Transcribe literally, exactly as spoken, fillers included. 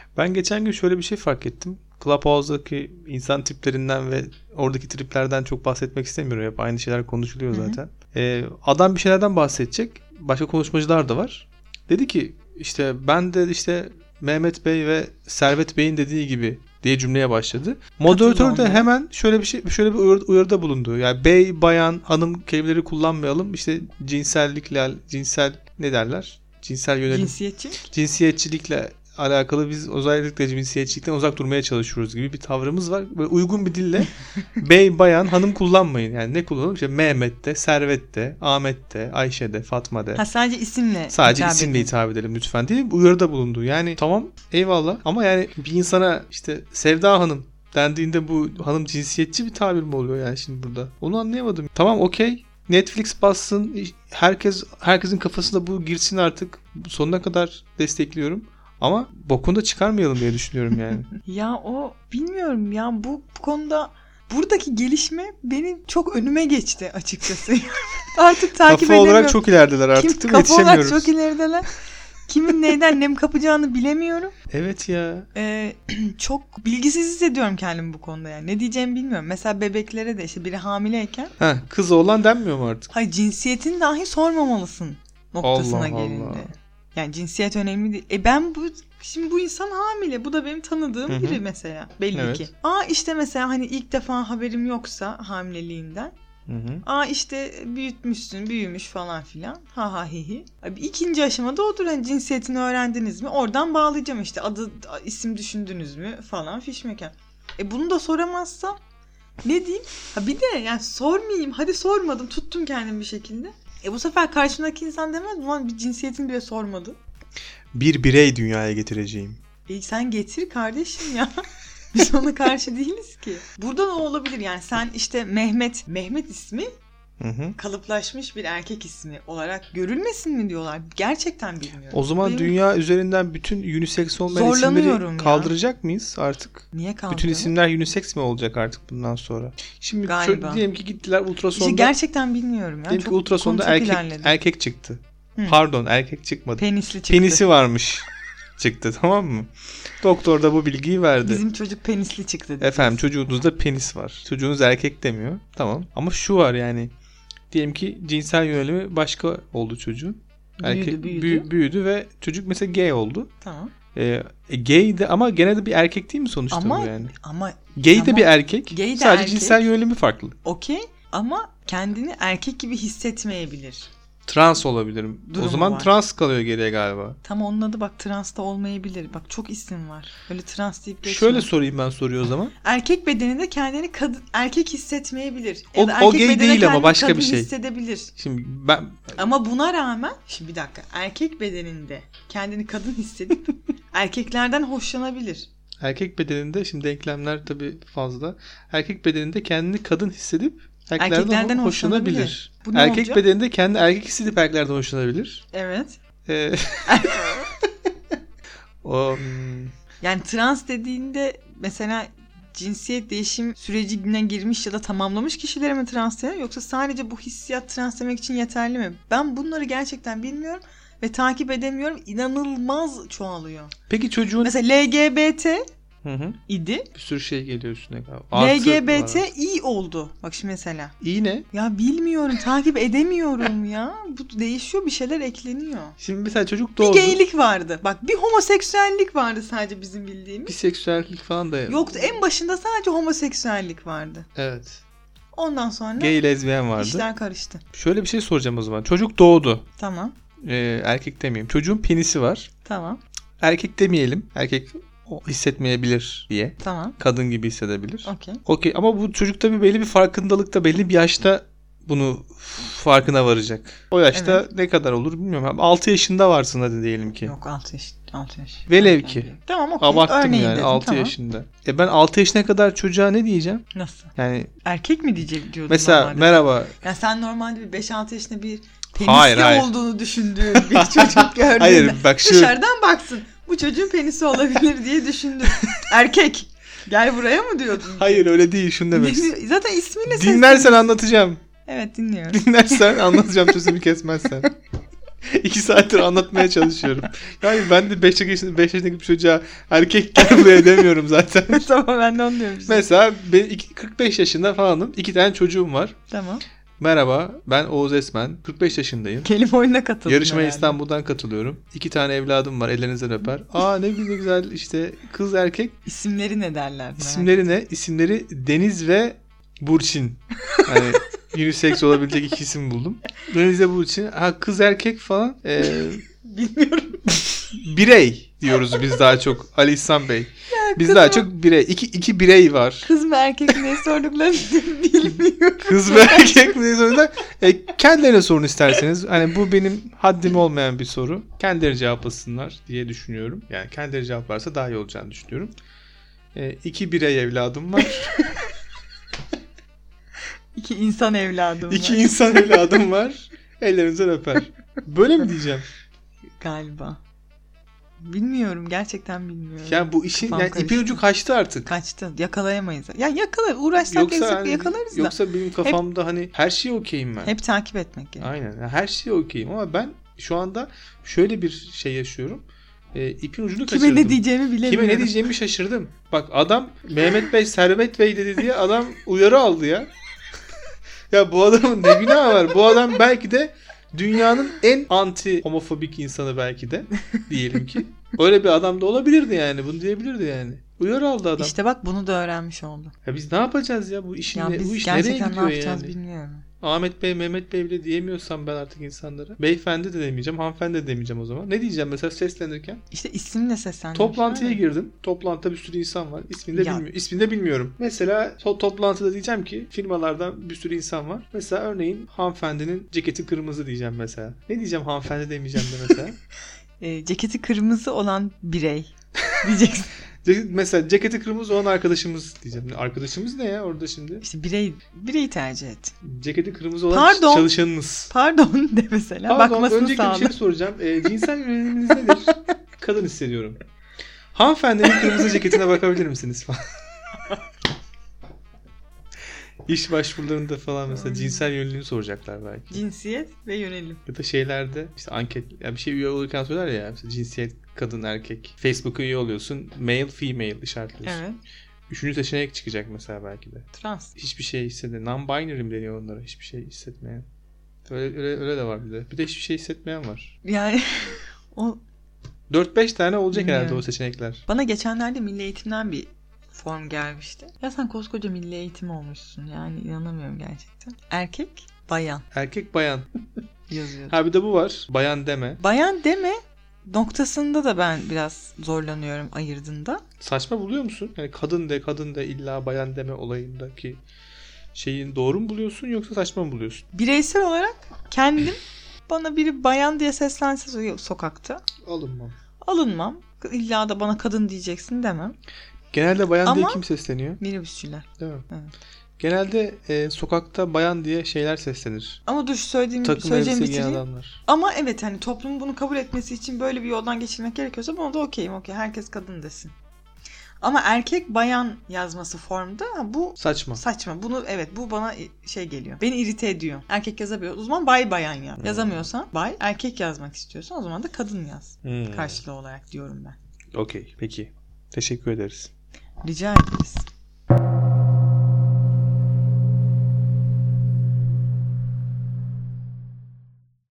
Ben geçen gün şöyle bir şey fark ettim. Clubhouse'daki insan tiplerinden ve oradaki triplerden çok bahsetmek istemiyorum. Hep aynı şeyler konuşuluyor zaten. Ee, adam bir şeylerden bahsedecek. Başka konuşmacılar da var. Dedi ki işte ben de işte Mehmet Bey ve Servet Bey'in dediği gibi diye cümleye başladı. Moderatör de hemen şöyle bir şey şöyle bir uyarı, uyarıda bulundu. Yani bey, bayan, hanım kelimeleri kullanmayalım. İşte cinsellikle, cinsel ne derler? Cinsel yönelim. Cinsiyetçilik. Cinsiyetçilikle alakalı biz özellikle cinsiyetçilikten uzak durmaya çalışıyoruz gibi bir tavrımız var. Böyle uygun bir dille bey, bayan, hanım kullanmayın. Yani ne kullanalım? İşte Mehmet'te, Servet'te, Ahmet'te, Ayşe'de, Fatma'de. Ha sadece isimle. Sadece hitap isimle edin. hitap edelim lütfen diye uyarıda bulundu. Yani tamam eyvallah ama yani bir insana işte Sevda Hanım dendiğinde bu hanım cinsiyetçi bir tabir mi oluyor yani şimdi burada? Onu anlayamadım. Tamam okey. Netflix bassın. Herkes herkesin kafasında bu girsin artık. Sonuna kadar destekliyorum. Ama bokunu da çıkarmayalım diye düşünüyorum yani. Ya o bilmiyorum ya bu, bu konuda buradaki gelişme benim çok önüme geçti açıkçası. Artık takip kafa edemiyorum. Kafa olarak çok ilerideler artık Kim, değil mi? Kafa olarak çok ilerideler. Kimin neyden nem kapacağını bilemiyorum. Evet ya. Ee, çok bilgisiz hissediyorum kendimi bu konuda yani. Ne diyeceğimi bilmiyorum. Mesela bebeklere de işte biri hamileyken. Heh, kız oğlan denmiyor mu artık? Hayır cinsiyetini dahi sormamalısın noktasına Allah gelindi. Allah. Yani cinsiyet önemli değil. E ben bu şimdi bu insan hamile. Bu da benim tanıdığım Hı-hı. biri mesela. Belli evet. ki. Aa işte mesela hani ilk defa haberim yoksa hamileliğinden. Hı-hı. Aa işte büyütmüşsün, büyümüş falan filan. Ha ha hi hi. Abi ikinci aşamada odur. Hani cinsiyetini öğrendiniz mi? Oradan bağlayacağım işte. Adı, isim düşündünüz mü? Falan fişmeken. E bunu da soramazsam ne diyeyim? Ha bir de yani sormayayım. Hadi sormadım. Tuttum kendimi bir şekilde. E bu sefer karşımdaki insan demez mi? Lan bir cinsiyetini bile sormadı. Bir birey dünyaya getireceğim. E sen getir kardeşim ya. Biz ona karşı değiliz ki. Burada ne olabilir yani sen işte Mehmet, Mehmet ismi hı hı. kalıplaşmış bir erkek ismi olarak görülmesin mi diyorlar. Gerçekten bilmiyorum. O zaman Benim... dünya üzerinden bütün unisex olmayan isimleri kaldıracak ya. mıyız artık? Niye kaldırıyor? Bütün isimler unisex mi olacak artık bundan sonra? Şimdi şöyle, diyelim ki gittiler ultrasonda. İşte gerçekten bilmiyorum ya. Diyelim çok, ki ultrasonda erkek, erkek çıktı. Hı. Pardon erkek çıkmadı. Penisli çıktı. Penisi varmış. Çıktı tamam mı? Doktor da bu bilgiyi verdi. Bizim çocuk penisli çıktı. Diyeceğiz. Efendim çocuğunuzda penis var. Çocuğunuz erkek demiyor. Tamam. Ama şu var yani. Diyelim ki cinsel yönelimi başka oldu çocuğun. Büyüdü, erkek, büyüdü. Büyü, büyüdü ve çocuk mesela gay oldu. Tamam. Ee, gay de ama gene de bir erkek değil mi sonuçta ama, bu yani? Ama gay ama, de bir erkek. Gay de Sadece erkek. cinsel yönelimi farklı. Okey. Ama kendini erkek gibi hissetmeyebilir. Trans olabilirim. Durumu o zaman var. Trans kalıyor geriye galiba. Tam onun adı bak trans da olmayabilir. Bak çok isim var. Öyle trans deyip geçme. Şöyle sorayım ben soruyu o zaman. Erkek bedeninde kendini kadın erkek hissetmeyebilir. O, ya da erkek o gay değil ama başka kadın bir şey. hissedebilir. Şimdi ben ama buna rağmen şimdi bir dakika erkek bedeninde kendini kadın hissedip erkeklerden hoşlanabilir. Erkek bedeninde şimdi denklemler tabii fazla. Erkek bedeninde kendini kadın hissedip erkeklerden, erkeklerden hoşlanabilir. hoşlanabilir. Erkek olacak? Bedeninde kendi erkek hissedip erkeklerden hoşlanabilir. Evet. Ee, o, yani trans dediğinde mesela cinsiyet değişim sürecine girmiş ya da tamamlamış kişilere mi trans denir yoksa sadece bu hissiyat trans demek için yeterli mi? Ben bunları gerçekten bilmiyorum ve takip edemiyorum. İnanılmaz çoğalıyor. Peki çocuğun... Mesela L G B T Hı hı. idi. Bir sürü şey geliyor üstüne. L G B T iyi oldu. Bak şimdi mesela. İyi ne? Ya bilmiyorum. Takip edemiyorum ya. Bu değişiyor. Bir şeyler ekleniyor. Şimdi mesela çocuk doğdu. Bir gaylik vardı. Bak bir homoseksüellik vardı sadece bizim bildiğimiz. Biseksüellik falan da yoktu. En başında sadece homoseksüellik vardı. Evet. Ondan sonra gay lezbiyen vardı. İşler karıştı. Şöyle bir şey soracağım o zaman. Çocuk doğdu. Tamam. Ee, erkek demeyeyim. Çocuğun penisi var. Tamam. Erkek demeyelim. Erkek o hissetmeyebilir diye. Tamam. Kadın gibi hissedebilir. Okey. Okey ama bu çocuk tabii belli bir farkındalıkta, belli bir yaşta bunu farkına varacak. O yaşta evet. Ne kadar olur bilmiyorum. altı yaşında varsın hadi diyelim ki. Yok altı yaş. altı yaş. Velev ki. Tamam okey. Abarttım örneğin yani dedim, altı tamam. yaşında. E ben altı yaşına kadar çocuğa ne diyeceğim? Nasıl? Yani erkek mi diyecek diyordun mesela normalde. Merhaba. Ya sen normalde bir beş altı yaşında bir penisli hayır, hayır. olduğunu düşündüğün bir çocuk gördüğünde hayır, bak şu... dışarıdan baksın. Bu çocuğun penisi olabilir diye düşündüm. Erkek. Gel buraya mı diyordun? Hayır öyle değil. Şunu demek. Zaten ismiyle dinlersen anlatacağım. Evet dinliyorum. Dinlersen anlatacağım sözümü kesmezsen. İki saattir anlatmaya çalışıyorum. Yani ben de beş yaşındaki, beş yaşındaki bir çocuğa erkek gel buraya demiyorum zaten. Tamam, ben de onu diyorum. Işte. Mesela ben kırk beş yaşında falanım. İki tane çocuğum var. Tamam. Merhaba, ben Oğuz Esmen. kırk beş yaşındayım. Kelime oyununa katıldım. Yarışmaya herhalde. İstanbul'dan katılıyorum. İki tane evladım var, ellerinizden öper. Aa ne güzel güzel işte kız erkek. İsimleri ne derler? İsimleri ne? İsimleri Deniz ve Burçin. Hani unisex olabilecek iki isim buldum. Deniz ve Burçin. Ha kız erkek falan. Ee, Bilmiyorum. birey diyoruz biz daha çok. Ali İhsan Bey. Ya, biz kız daha mı? çok birey. İki, iki birey var. Kız mı erkek mi ne sorduklarını bilmiyorum. Kız ve erkek mi diye soruyorlar. E, kendilerine sorun isterseniz. Hani bu benim haddim olmayan bir soru. Kendileri cevaplasınlar diye düşünüyorum. Yani kendileri cevaplarsa daha iyi olacağını düşünüyorum. E, iki birey evladım var. İki insan evladım İki var. insan evladım var. Ellerinizden öper. Böyle mi diyeceğim? Galiba. Bilmiyorum. Gerçekten bilmiyorum. Yani bu işin Kafam yani ipin karıştı. ucu kaçtı artık. Kaçtı. Yakalayamayız. Ya yakala. Uğraşsak Yoksa yoksa, hani- yakalarız da. Yoksa benim kafamda hani her şeye okeyim ben. Hep takip etmek gerekiyor. Aynen. Yani her şeye okeyim ama ben şu anda şöyle bir şey yaşıyorum. E, ipin ucunu kaçırdım. Kime ne diyeceğimi bilemiyorum. Kime ne diyeceğimi şaşırdım. Bak adam Mehmet Bey, Servet Bey dedi diye adam uyarı aldı ya. Ya bu adamın ne günahı var? Bu adam belki de dünyanın en anti homofobik insanı belki de diyelim ki. Öyle bir adam da olabilirdi yani. Bunu diyebilirdi yani. Uyarı aldı adam. İşte bak bunu da öğrenmiş oldu. Ya biz ne yapacağız ya bu işin Ya ne, biz bu iş nereye gerçekten gidiyor ne yapacağız yani? bilmiyorum. Ahmet Bey, Mehmet Bey bile diyemiyorsam ben artık insanlara. Beyefendi de demeyeceğim, hanımefendi de demeyeceğim o zaman. Ne diyeceğim mesela seslenirken? İşte isimle seslendim. Toplantıya girdim. Toplantıda bir sürü insan var. İsmini de, Ya. bilmi- ismini de bilmiyorum. Mesela to- toplantıda diyeceğim ki firmalardan bir sürü insan var. Mesela örneğin hanımefendinin ceketi kırmızı diyeceğim mesela. Ne diyeceğim hanımefendi demeyeceğim de mesela. E, ceketi kırmızı olan birey diyeceksin. Ce- mesela ceketi kırmızı olan arkadaşımız diyeceğim. Arkadaşımız ne ya orada şimdi? İşte birey bireyi tercih et. Ceketi kırmızı olan Pardon. çalışanınız. Pardon de mesela. Pardon, Bakmasını öncelikle sağla. bir şey soracağım. E, cinsel yöneliminiz nedir? Kadın hissediyorum. Hanımefendinin kırmızı ceketine bakabilir misiniz falan. İş başvurularında falan mesela cinsel yönelimini soracaklar belki. Cinsiyet ve yönelim. Ya da şeylerde işte anket ya bir şey üye olurken söyler ya mesela cinsiyet kadın erkek. Facebook'a üye oluyorsun. Male female işaretliyorsun. Evet. Üçüncü seçenek çıkacak mesela belki de. Trans. Hiçbir şey hisseden. Non-binary mi deniyor onlara? Hiçbir şey hissetmeyen. Öyle, öyle, öyle de var bir de. Bir de hiçbir şey hissetmeyen var. Yani o dört beş tane olacak Bilmiyorum. herhalde o seçenekler. bana geçenlerde Milli Eğitim'den bir form gelmişti. Ya sen koskoca Milli Eğitim olmuşsun. Yani inanamıyorum gerçekten. Erkek, bayan Erkek bayan. yazıyordu. Ha bir de bu var. Bayan deme. Bayan deme noktasında da ben biraz zorlanıyorum ayırdığında. Saçma buluyor musun? Yani kadın de kadın de illa bayan deme olayındaki şeyin doğru mu buluyorsun yoksa saçma mı buluyorsun? Bireysel olarak kendim bana biri bayan diye seslense so- sokakta Alınmam. alınmam. İlla da bana kadın diyeceksin demem. Genelde bayan diye Ama- kim sesleniyor? Minibüsçüler. Değil mi? Evet. Genelde e, sokakta bayan diye şeyler seslenir. Ama dur şu söylediğim, Takım söyleyeceğimi elbise giyen bitireyim. adamlar. Ama evet hani toplumun bunu kabul etmesi için böyle bir yoldan geçirmek gerekiyorsa buna da okeyim okey. Herkes kadın desin. Ama erkek bayan yazması formda bu Saçma. saçma. Bunu evet bu bana şey geliyor. Beni irite ediyor. Erkek yazamıyor. O zaman bay bayan yaz. Hmm. Yazamıyorsan bay. Erkek yazmak istiyorsan o zaman da kadın yaz. Hmm. Karşılığı olarak diyorum ben. Okey. Peki. Teşekkür ederiz. Rica ederiz.